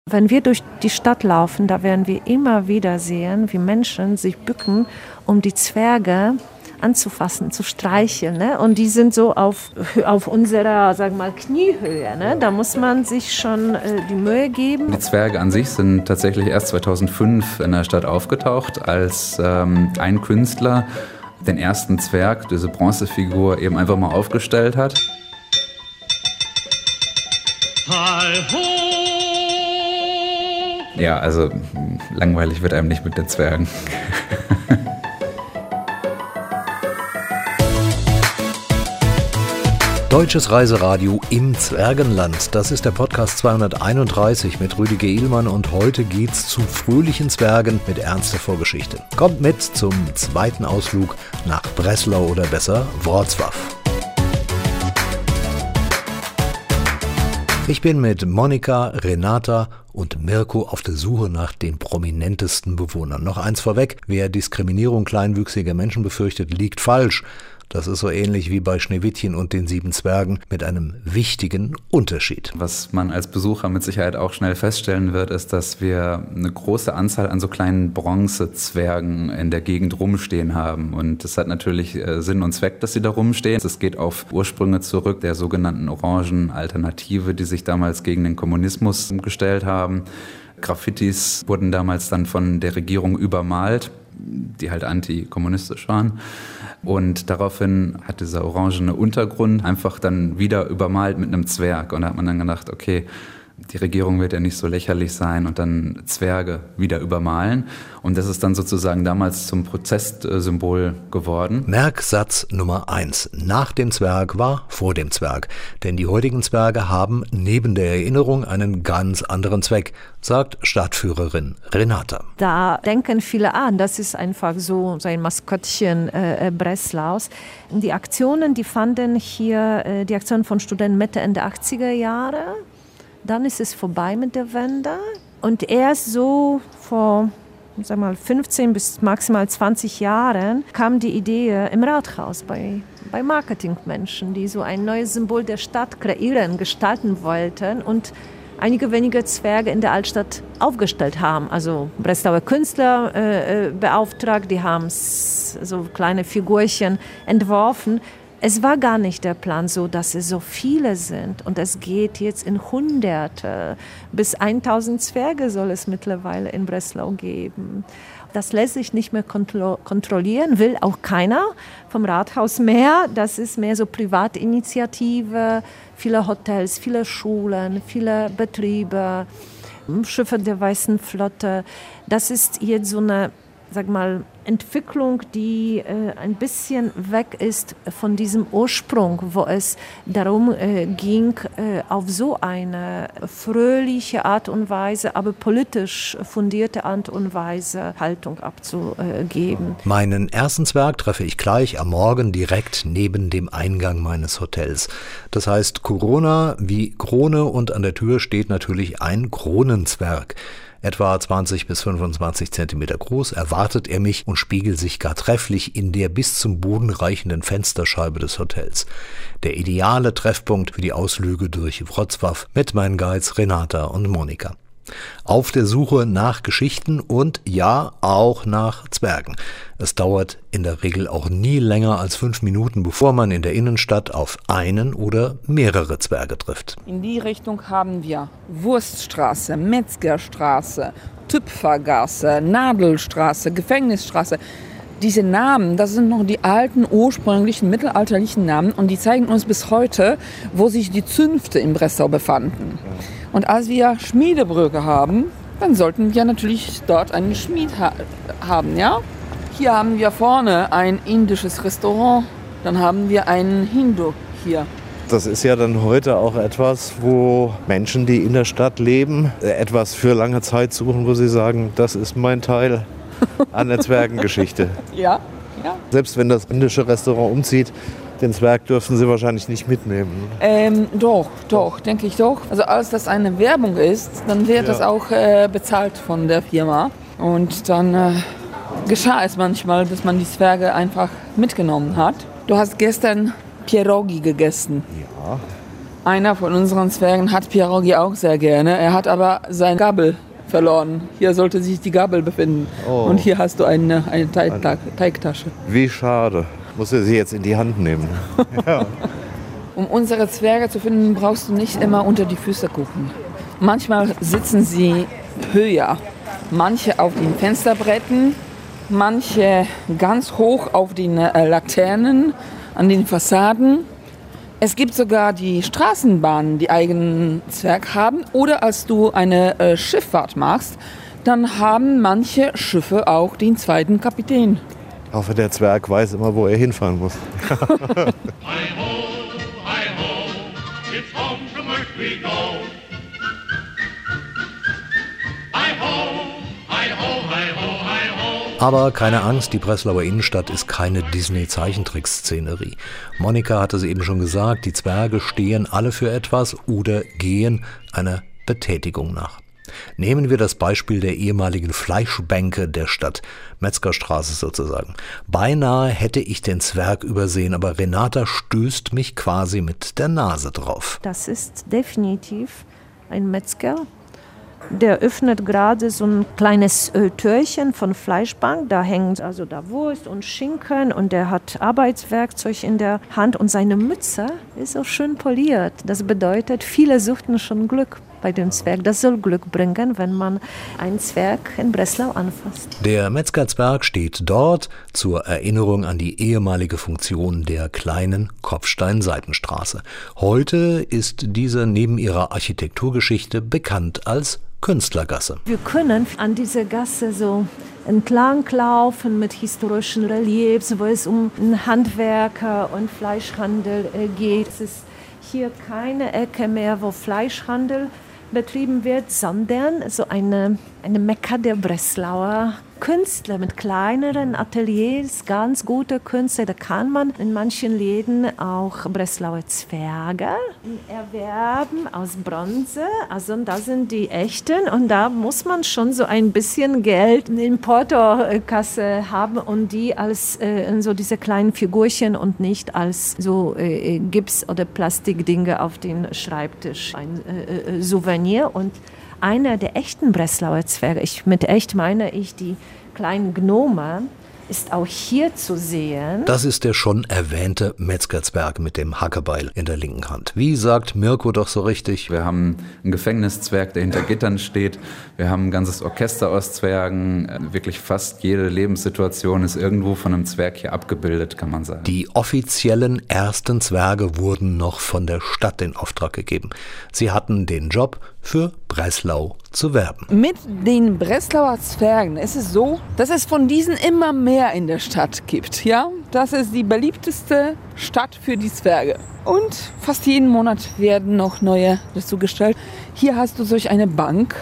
Wenn wir durch die Stadt laufen, da werden wir immer wieder sehen, wie Menschen sich bücken, um die Zwerge anzufassen, zu streicheln. Ne? Und die sind so auf unserer, sagen wir mal, Kniehöhe. Ne? Da muss man sich schon die Mühe geben. Die Zwerge an sich sind tatsächlich erst 2005 in der Stadt aufgetaucht, als ein Künstler den ersten Zwerg, diese Bronzefigur, eben einfach mal aufgestellt hat. Ja, also langweilig wird einem nicht mit den Zwergen. Deutsches Reiseradio im Zwergenland. Das ist der Podcast 231 mit Rüdiger Ihlmann und heute geht's zu fröhlichen Zwergen mit ernster Vorgeschichte. Kommt mit zum zweiten Ausflug nach Breslau oder besser Wrocław. Ich bin mit Monika, Renata und Mirko auf der Suche nach den prominentesten Bewohnern. Noch eins vorweg, wer Diskriminierung kleinwüchsiger Menschen befürchtet, liegt falsch. Das ist so ähnlich wie bei Schneewittchen und den 7 Zwergen mit einem wichtigen Unterschied. Was man als Besucher mit Sicherheit auch schnell feststellen wird, ist, dass wir eine große Anzahl an so kleinen Bronzezwergen in der Gegend rumstehen haben. Und das hat natürlich Sinn und Zweck, dass sie da rumstehen. Es geht auf Ursprünge zurück, der sogenannten Orangen-Alternative, die sich damals gegen den Kommunismus gestellt haben. Graffitis wurden damals dann von der Regierung übermalt, die halt antikommunistisch waren. Und daraufhin hat dieser orangene Untergrund einfach dann wieder übermalt mit einem Zwerg. Und da hat man dann gedacht, okay, die Regierung wird ja nicht so lächerlich sein und dann Zwerge wieder übermalen. Und das ist dann sozusagen damals zum Protestsymbol geworden. Merksatz Nummer 1. Nach dem Zwerg war vor dem Zwerg. Denn die heutigen Zwerge haben neben der Erinnerung einen ganz anderen Zweck, sagt Stadtführerin Renata. Da denken viele an, das ist einfach so ein Maskottchen Breslaus. Die Aktionen, die fanden hier, die Aktionen von Studenten Mitte, Ende 80er Jahre. Dann ist es vorbei mit der Wende und erst so vor 15 bis maximal 20 Jahren kam die Idee im Rathaus bei Marketingmenschen, die so ein neues Symbol der Stadt kreieren, gestalten wollten und einige wenige Zwerge in der Altstadt aufgestellt haben. Also Breslauer Künstler beauftragt, die haben so kleine Figurchen entworfen. Es war gar nicht der Plan so, dass es so viele sind und es geht jetzt in Hunderte. Bis 1000 Zwerge soll es mittlerweile in Breslau geben. Das lässt sich nicht mehr kontrollieren, will auch keiner vom Rathaus mehr. Das ist mehr so Privatinitiative, viele Hotels, viele Schulen, viele Betriebe, Schiffe der Weißen Flotte. Das ist jetzt so eine, sag mal, Entwicklung, die ein bisschen weg ist von diesem Ursprung, wo es darum ging, auf so eine fröhliche Art und Weise, aber politisch fundierte Art und Weise Haltung abzugeben. Meinen ersten Zwerg treffe ich gleich am Morgen direkt neben dem Eingang meines Hotels. Das heißt Corona wie Krone und an der Tür steht natürlich ein Kronenzwerg. Etwa 20 bis 25 Zentimeter groß erwartet er mich und spiegelt sich gar trefflich in der bis zum Boden reichenden Fensterscheibe des Hotels. Der ideale Treffpunkt für die Ausflüge durch Wrocław mit meinen Guides Renata und Monika. Auf der Suche nach Geschichten und ja, auch nach Zwergen. Es dauert in der Regel auch nie länger als 5 Minuten, bevor man in der Innenstadt auf einen oder mehrere Zwerge trifft. In die Richtung haben wir Wurststraße, Metzgerstraße, Tüpfergasse, Nadelstraße, Gefängnisstraße. Diese Namen, das sind noch die alten, ursprünglichen, mittelalterlichen Namen und die zeigen uns bis heute, wo sich die Zünfte in Breslau befanden. Und als wir Schmiedebrücke haben, dann sollten wir natürlich dort einen Schmied haben, ja? Hier haben wir vorne ein indisches Restaurant, dann haben wir einen Hindu hier. Das ist ja dann heute auch etwas, wo Menschen, die in der Stadt leben, etwas für lange Zeit suchen, wo sie sagen, das ist mein Teil an der Zwergengeschichte. Ja. Selbst wenn das indische Restaurant umzieht, den Zwerg dürfen sie wahrscheinlich nicht mitnehmen. Doch, denke ich doch. Also als das eine Werbung ist, dann wird das auch bezahlt von der Firma. Und dann geschah es manchmal, dass man die Zwerge einfach mitgenommen hat. Du hast gestern Pierogi gegessen. Ja. Einer von unseren Zwergen hat Pierogi auch sehr gerne. Er hat aber seine Gabel verloren. Hier sollte sich die Gabel befinden. Oh. Und hier hast du eine Teigtasche. Wie schade. Muss er sie jetzt in die Hand nehmen. Ja. Um unsere Zwerge zu finden, brauchst du nicht immer unter die Füße gucken. Manchmal sitzen sie höher. Manche auf den Fensterbretten, manche ganz hoch auf den Laternen, an den Fassaden. Es gibt sogar die Straßenbahnen, die eigenen Zwerg haben. Oder als du eine Schifffahrt machst, dann haben manche Schiffe auch den zweiten Kapitän. Ich hoffe, der Zwerg weiß immer, wo er hinfahren muss. Hi ho, it's home from earth we go. Hi ho, hi ho, hi ho, hi ho. Aber keine Angst, die Breslauer Innenstadt ist keine Disney-Zeichentrick-Szenerie. Monika hatte es eben schon gesagt, die Zwerge stehen alle für etwas oder gehen einer Betätigung nach. Nehmen wir das Beispiel der ehemaligen Fleischbänke der Stadt, Metzgerstraße sozusagen. Beinahe hätte ich den Zwerg übersehen, aber Renata stößt mich quasi mit der Nase drauf. Das ist definitiv ein Metzger. Der öffnet gerade so ein kleines Türchen von Fleischbank. Da hängt also da Wurst und Schinken und der hat Arbeitswerkzeug in der Hand und seine Mütze ist auch schön poliert. Das bedeutet, viele suchten schon Glück bei dem Zwerg. Das soll Glück bringen, wenn man einen Zwerg in Breslau anfasst. Der Metzgerzwerg steht dort zur Erinnerung an die ehemalige Funktion der kleinen Kopfstein-Seitenstraße. Heute ist diese neben ihrer Architekturgeschichte bekannt als Künstlergasse. Wir können an dieser Gasse so entlanglaufen mit historischen Reliefs, wo es um Handwerker und Fleischhandel geht. Es ist hier keine Ecke mehr, wo Fleischhandel betrieben wird, sondern so eine Mekka der Breslauer Künstler mit kleineren Ateliers, ganz gute Künstler. Da kann man in manchen Läden auch Breslauer Zwerge erwerben aus Bronze. Also da sind die echten und da muss man schon so ein bisschen Geld in der Portokasse haben und die als so diese kleinen Figurchen und nicht als so Gips- oder Plastikdinge auf den Schreibtisch. Ein Souvenir und einer der echten Breslauer Zwerge, mit echt meine ich die kleinen Gnome, ist auch hier zu sehen. Das ist der schon erwähnte Metzgerzwerg mit dem Hackebeil in der linken Hand. Wie sagt Mirko doch so richtig? Wir haben einen Gefängniszwerg, der hinter Gittern steht. Wir haben ein ganzes Orchester aus Zwergen. Wirklich fast jede Lebenssituation ist irgendwo von einem Zwerg hier abgebildet, kann man sagen. Die offiziellen ersten Zwerge wurden noch von der Stadt in Auftrag gegeben. Sie hatten den Job, für Breslau zu werben. Mit den Breslauer Zwergen ist es so, dass es von diesen immer mehr in der Stadt gibt. Ja? Das ist die beliebteste Stadt für die Zwerge. Und fast jeden Monat werden noch neue dazugestellt. Hier hast du solch eine Bank,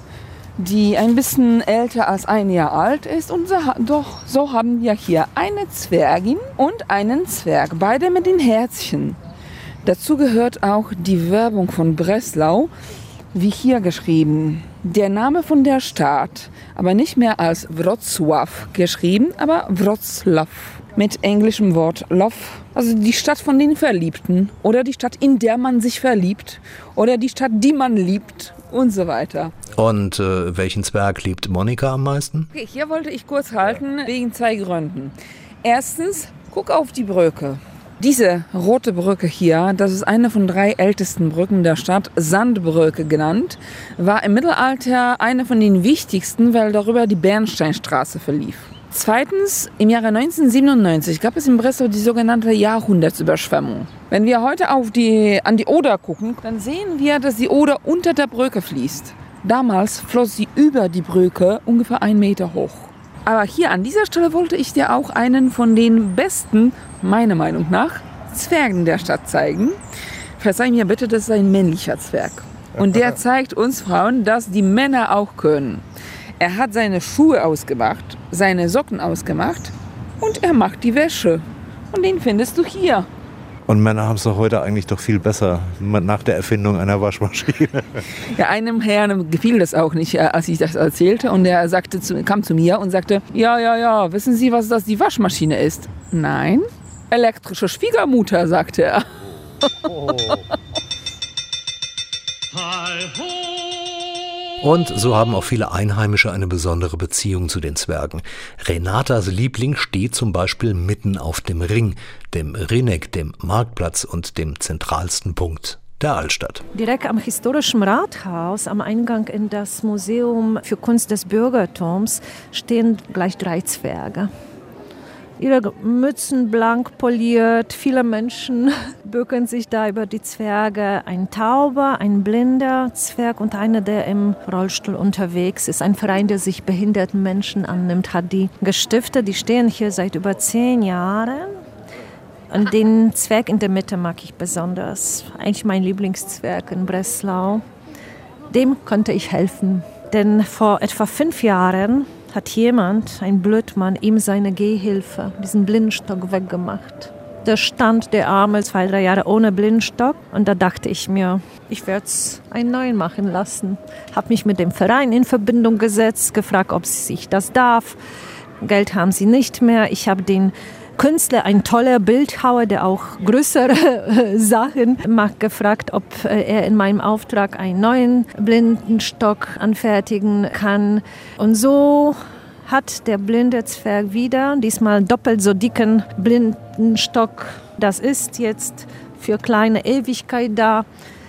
die ein bisschen älter als ein Jahr alt ist. Und so haben wir hier eine Zwergin und einen Zwerg, beide mit den Herzchen. Dazu gehört auch die Werbung von Breslau, wie hier geschrieben. Der Name von der Stadt, aber nicht mehr als Wrocław geschrieben, aber Wrocław mit englischem Wort Love. Also die Stadt von den Verliebten oder die Stadt, in der man sich verliebt oder die Stadt, die man liebt und so weiter. Und welchen Zwerg liebt Monika am meisten? Okay, hier wollte ich kurz halten, wegen 2 Gründen. Erstens, guck auf die Brücke. Diese rote Brücke hier, das ist eine von 3 ältesten Brücken der Stadt, Sandbrücke genannt, war im Mittelalter eine von den wichtigsten, weil darüber die Bernsteinstraße verlief. Zweitens, im Jahre 1997 gab es in Breslau die sogenannte Jahrhundertsüberschwemmung. Wenn wir heute an die Oder gucken, dann sehen wir, dass die Oder unter der Brücke fließt. Damals floss sie über die Brücke ungefähr 1 Meter hoch. Aber hier an dieser Stelle wollte ich dir auch einen von den besten, meiner Meinung nach, Zwergen der Stadt zeigen. Verzeih mir bitte, das ist ein männlicher Zwerg. Und der zeigt uns Frauen, dass die Männer auch können. Er hat seine Schuhe ausgemacht, seine Socken ausgemacht und er macht die Wäsche. Und den findest du hier. Und Männer haben es doch heute eigentlich doch viel besser, nach der Erfindung einer Waschmaschine. Ja, einem Herrn gefiel das auch nicht, als ich das erzählte. Und er kam zu mir und sagte, ja, wissen Sie, was das die Waschmaschine ist? Nein, elektrische Schwiegermutter, sagte er. Oh. hi, ho. Und so haben auch viele Einheimische eine besondere Beziehung zu den Zwergen. Renatas Liebling steht zum Beispiel mitten auf dem Ring, dem Rhynek, dem Marktplatz und dem zentralsten Punkt der Altstadt. Direkt am historischen Rathaus, am Eingang in das Museum für Kunst des Bürgertums, stehen gleich 3 Zwerge. Ihre Mützen blank poliert, viele Menschen bücken sich da über die Zwerge. Ein Tauber, ein blinder Zwerg und einer, der im Rollstuhl unterwegs ist. Ein Verein, der sich behinderten Menschen annimmt, hat die gestiftet. Die stehen hier seit über 10 Jahren. Und den Zwerg in der Mitte mag ich besonders. Eigentlich mein Lieblingszwerg in Breslau. Dem konnte ich helfen. Denn vor etwa 5 Jahren hat jemand, ein Blödmann, ihm seine Gehhilfe, diesen Blindenstock weggemacht. Da stand der Arme 2-3 Jahre ohne Blindenstock und da dachte ich mir, ich werde es einen neuen machen lassen. Habe mich mit dem Verein in Verbindung gesetzt, gefragt, ob ich das darf. Geld haben sie nicht mehr. Ich habe den Künstler, ein toller Bildhauer, der auch größere Sachen macht, gefragt, ob er in meinem Auftrag einen neuen Blindenstock anfertigen kann. Und so hat der blinde Zwerg wieder, diesmal doppelt so dicken Blindenstock. Das ist jetzt für kleine Ewigkeit da.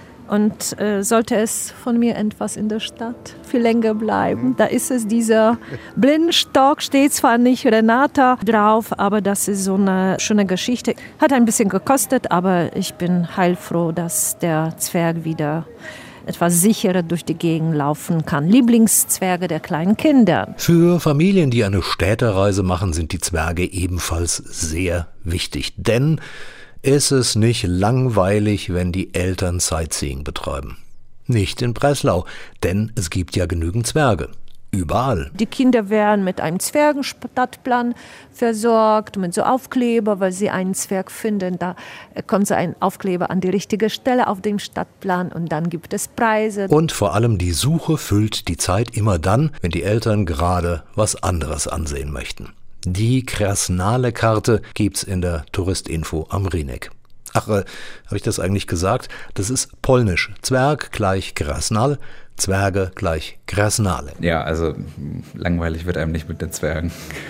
Und sollte es von mir etwas in der Stadt viel länger bleiben, da ist es dieser Blindenstock, steht zwar nicht Renata drauf, aber das ist so eine schöne Geschichte. Hat ein bisschen gekostet, aber ich bin heilfroh, dass der Zwerg wieder etwas sicherer durch die Gegend laufen kann. Lieblingszwerge der kleinen Kinder. Für Familien, die eine Städtereise machen, sind die Zwerge ebenfalls sehr wichtig, denn ist es nicht langweilig, wenn die Eltern Sightseeing betreiben? Nicht in Breslau, denn es gibt ja genügend Zwerge. Überall. Die Kinder werden mit einem Zwergenstadtplan versorgt, mit so Aufkleber, weil sie einen Zwerg finden. Da kommt so ein Aufkleber an die richtige Stelle auf dem Stadtplan und dann gibt es Preise. Und vor allem die Suche füllt die Zeit immer dann, wenn die Eltern gerade was anderes ansehen möchten. Die Krasnale-Karte gibt's in der Touristinfo am Rhynek. Ach, habe ich das eigentlich gesagt? Das ist polnisch. Zwerg gleich Krasnal, Zwerge gleich Krasnale. Ja, also langweilig wird einem nicht mit den Zwergen.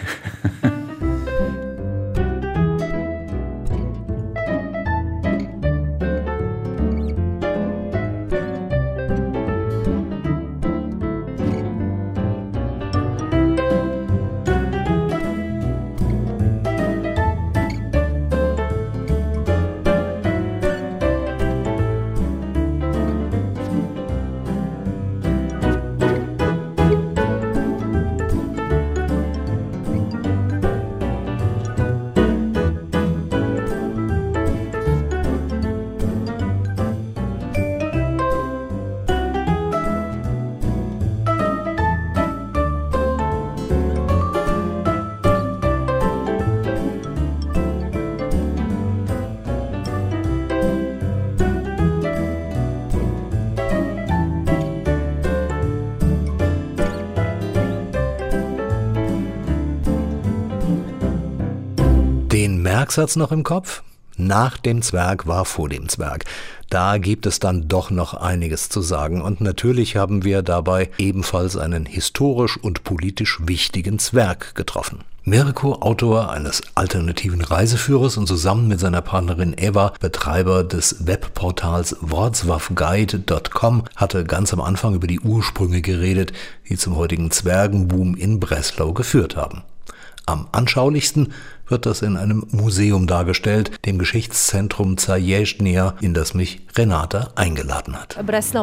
Den Merksatz noch im Kopf? Nach dem Zwerg war vor dem Zwerg. Da gibt es dann doch noch einiges zu sagen. Und natürlich haben wir dabei ebenfalls einen historisch und politisch wichtigen Zwerg getroffen. Mirko, Autor eines alternativen Reiseführers und zusammen mit seiner Partnerin Eva, Betreiber des Webportals wrocławguide.com, hatte ganz am Anfang über die Ursprünge geredet, die zum heutigen Zwergenboom in Breslau geführt haben. Am anschaulichsten wird das in einem Museum dargestellt, dem Geschichtszentrum Zajezdnia, in das mich Renata eingeladen hat. Breslau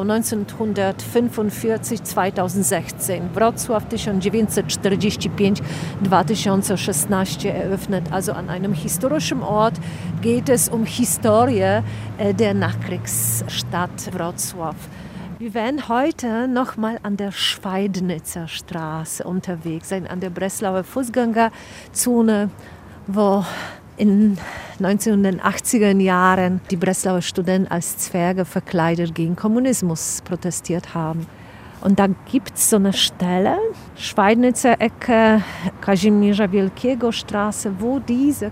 1945, 2016, Wrocław 1945-2016 eröffnet. Also an einem historischen Ort geht es um Historie der Nachkriegsstadt Wrocław. Wir werden heute nochmal an der Schweidnitzer Straße unterwegs sein, an der Breslauer Fußgängerzone, wo in 1980er Jahren die Breslauer Studenten als Zwerge verkleidet gegen Kommunismus protestiert haben. Und da gibt es so eine Stelle, Schweidnitzer Ecke, Kazimierza Wielkiego Straße, wo diese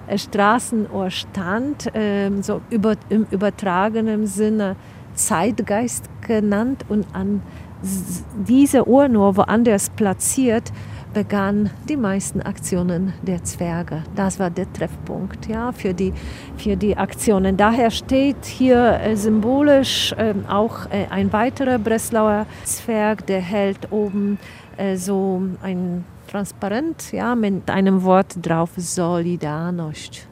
Straßenuhr stand, so im übertragenen Sinne Zeitgeist genannt und an diese Urne woanders platziert, begannen die meisten Aktionen der Zwerge. Das war der Treffpunkt, ja, für die Aktionen. Daher steht hier symbolisch auch ein weiterer Breslauer Zwerg, der hält oben so ein Transparent, ja, mit einem Wort drauf, Solidarność.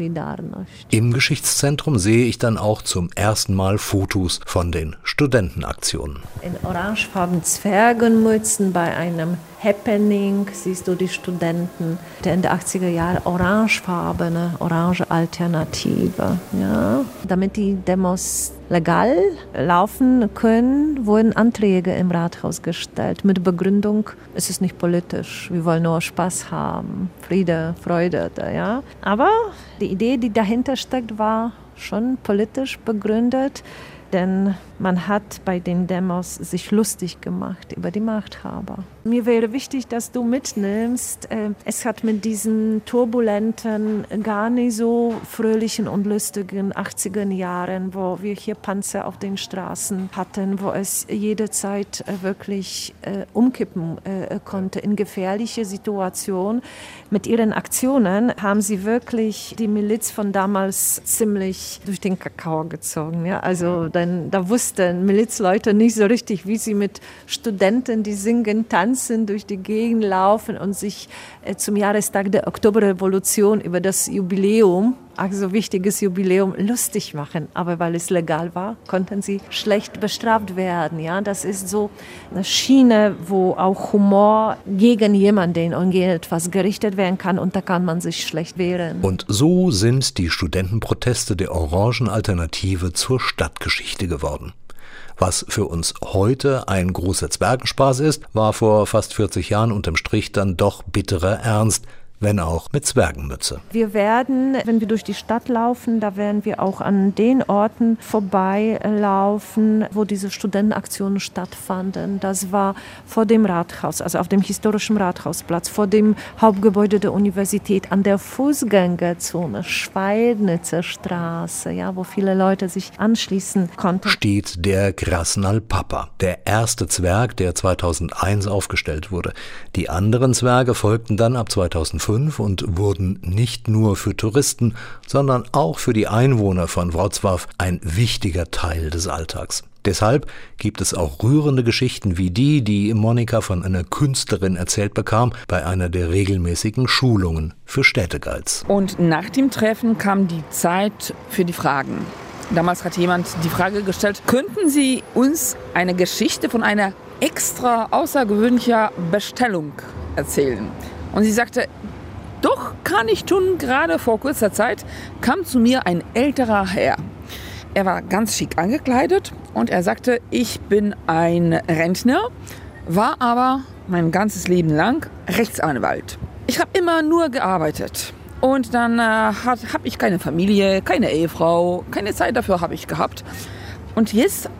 Im Geschichtszentrum sehe ich dann auch zum ersten Mal Fotos von den Studentenaktionen. In orangefarbenen Zwergenmützen bei einem Happening siehst du die Studenten der Ende 80er Jahre orangefarbene, orange Alternative. Ja. Damit die Demos legal laufen können, wurden Anträge im Rathaus gestellt mit Begründung, es ist nicht politisch, wir wollen nur Spaß haben, Friede, Freude. Ja. Aber die Idee, die dahinter steckt, war schon politisch begründet, denn man hat bei den Demos sich lustig gemacht über die Machthaber. Mir wäre wichtig, dass du mitnimmst, es hat mit diesen turbulenten, gar nicht so fröhlichen und lustigen 80er Jahren, wo wir hier Panzer auf den Straßen hatten, wo es jederzeit wirklich umkippen konnte in gefährliche Situationen. Mit ihren Aktionen haben sie wirklich die Miliz von damals ziemlich durch den Kakao gezogen. Ja? Also da wussten Milizleute nicht so richtig, wie sie mit Studenten, die singen, tanzen, durch die Gegend laufen und sich zum Jahrestag der Oktoberrevolution über das Jubiläum, also wichtiges Jubiläum, lustig machen. Aber weil es legal war, konnten sie schlecht bestraft werden. Ja? Das ist so eine Schiene, wo auch Humor gegen jemanden und gegen etwas gerichtet werden kann und da kann man sich schlecht wehren. Und so sind die Studentenproteste der Orangenalternative zur Stadtgeschichte geworden. Was für uns heute ein großer Zwergenspaß ist, war vor fast 40 Jahren unterm Strich dann doch bitterer Ernst, wenn auch mit Zwergenmütze. Wir werden, wenn wir durch die Stadt laufen, da werden wir auch an den Orten vorbeilaufen, wo diese Studentenaktionen stattfanden. Das war vor dem Rathaus, also auf dem historischen Rathausplatz, vor dem Hauptgebäude der Universität, an der Fußgängerzone, Schweidnitzer Straße, ja, wo viele Leute sich anschließen konnten. Steht der Grasnal Papa, der erste Zwerg, der 2001 aufgestellt wurde. Die anderen Zwerge folgten dann ab 2005 und wurden nicht nur für Touristen, sondern auch für die Einwohner von Wrocław ein wichtiger Teil des Alltags. Deshalb gibt es auch rührende Geschichten wie die Monika von einer Künstlerin erzählt bekam bei einer der regelmäßigen Schulungen für Städteguides. Und nach dem Treffen kam die Zeit für die Fragen. Damals hat jemand die Frage gestellt, könnten Sie uns eine Geschichte von einer extra außergewöhnlicher Bestellung erzählen? Und sie sagte, doch, kann ich tun. Gerade vor kurzer Zeit kam zu mir ein älterer Herr. Er war ganz schick angekleidet und er sagte, ich bin ein Rentner, war aber mein ganzes Leben lang Rechtsanwalt. Ich habe immer nur gearbeitet und dann habe ich keine Familie, keine Ehefrau, keine Zeit dafür habe ich gehabt. Und jetzt,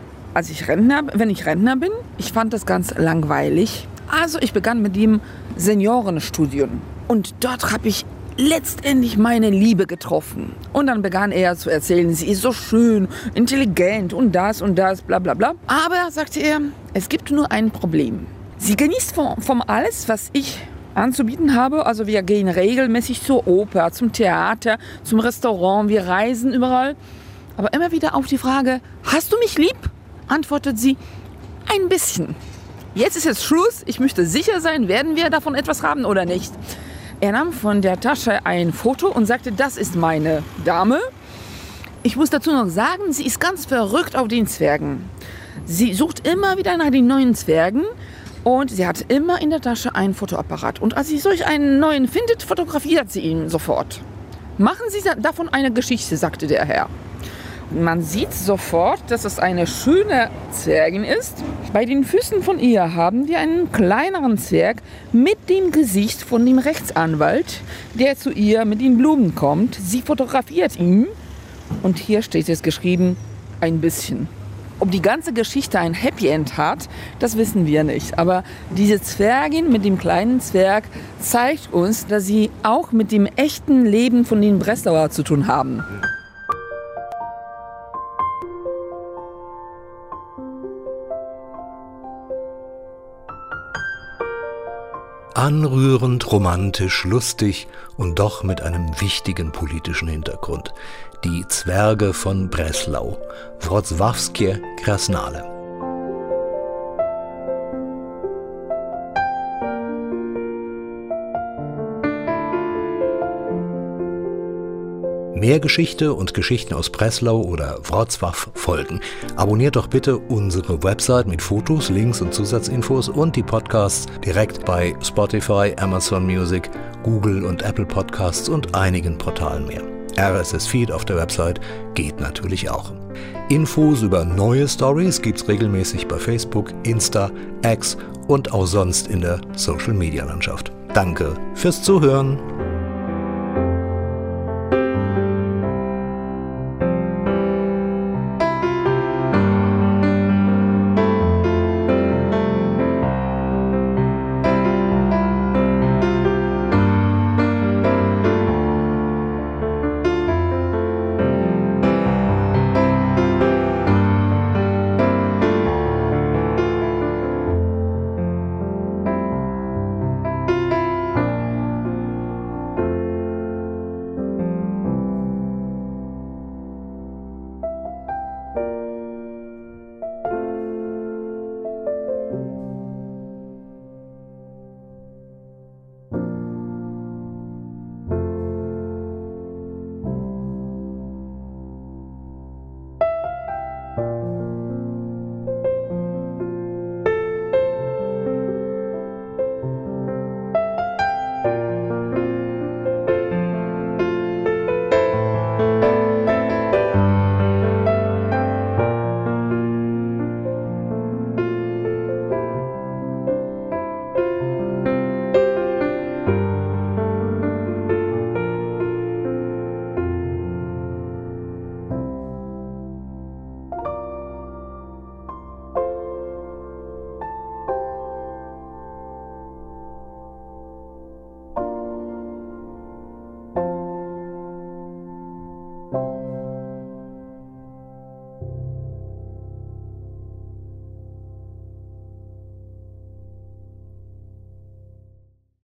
wenn ich Rentner bin, ich fand das ganz langweilig. Also ich begann mit dem Seniorenstudium und dort habe ich letztendlich meine Liebe getroffen. Und dann begann er zu erzählen, sie ist so schön, intelligent und das, bla bla bla. Aber, sagte er, es gibt nur ein Problem. Sie genießt vom alles, was ich anzubieten habe. Also wir gehen regelmäßig zur Oper, zum Theater, zum Restaurant, wir reisen überall. Aber immer wieder auf die Frage, hast du mich lieb? Antwortet sie, ein bisschen. Jetzt ist es Schluss, ich möchte sicher sein, werden wir davon etwas haben oder nicht. Er nahm von der Tasche ein Foto und sagte, das ist meine Dame. Ich muss dazu noch sagen, sie ist ganz verrückt auf den Zwergen. Sie sucht immer wieder nach den neuen Zwergen und sie hat immer in der Tasche einen Fotoapparat. Und als sie solch einen neuen findet, fotografiert sie ihn sofort. Machen Sie davon eine Geschichte, sagte der Herr. Man sieht sofort, dass es eine schöne Zwergin ist. Bei den Füßen von ihr haben wir einen kleineren Zwerg mit dem Gesicht von dem Rechtsanwalt, der zu ihr mit den Blumen kommt. Sie fotografiert ihn und hier steht es geschrieben, ein bisschen. Ob die ganze Geschichte ein Happy End hat, das wissen wir nicht. Aber diese Zwergin mit dem kleinen Zwerg zeigt uns, dass sie auch mit dem echten Leben von den Breslauer zu tun haben. Anrührend, romantisch, lustig und doch mit einem wichtigen politischen Hintergrund. Die Zwerge von Breslau, Wrocławskie Krasnale. Mehr Geschichte und Geschichten aus Breslau oder Wrocław folgen. Abonniert doch bitte unsere Website mit Fotos, Links und Zusatzinfos und die Podcasts direkt bei Spotify, Amazon Music, Google und Apple Podcasts und einigen Portalen mehr. RSS-Feed auf der Website geht natürlich auch. Infos über neue Stories gibt's regelmäßig bei Facebook, Insta, X und auch sonst in der Social-Media-Landschaft. Danke fürs Zuhören.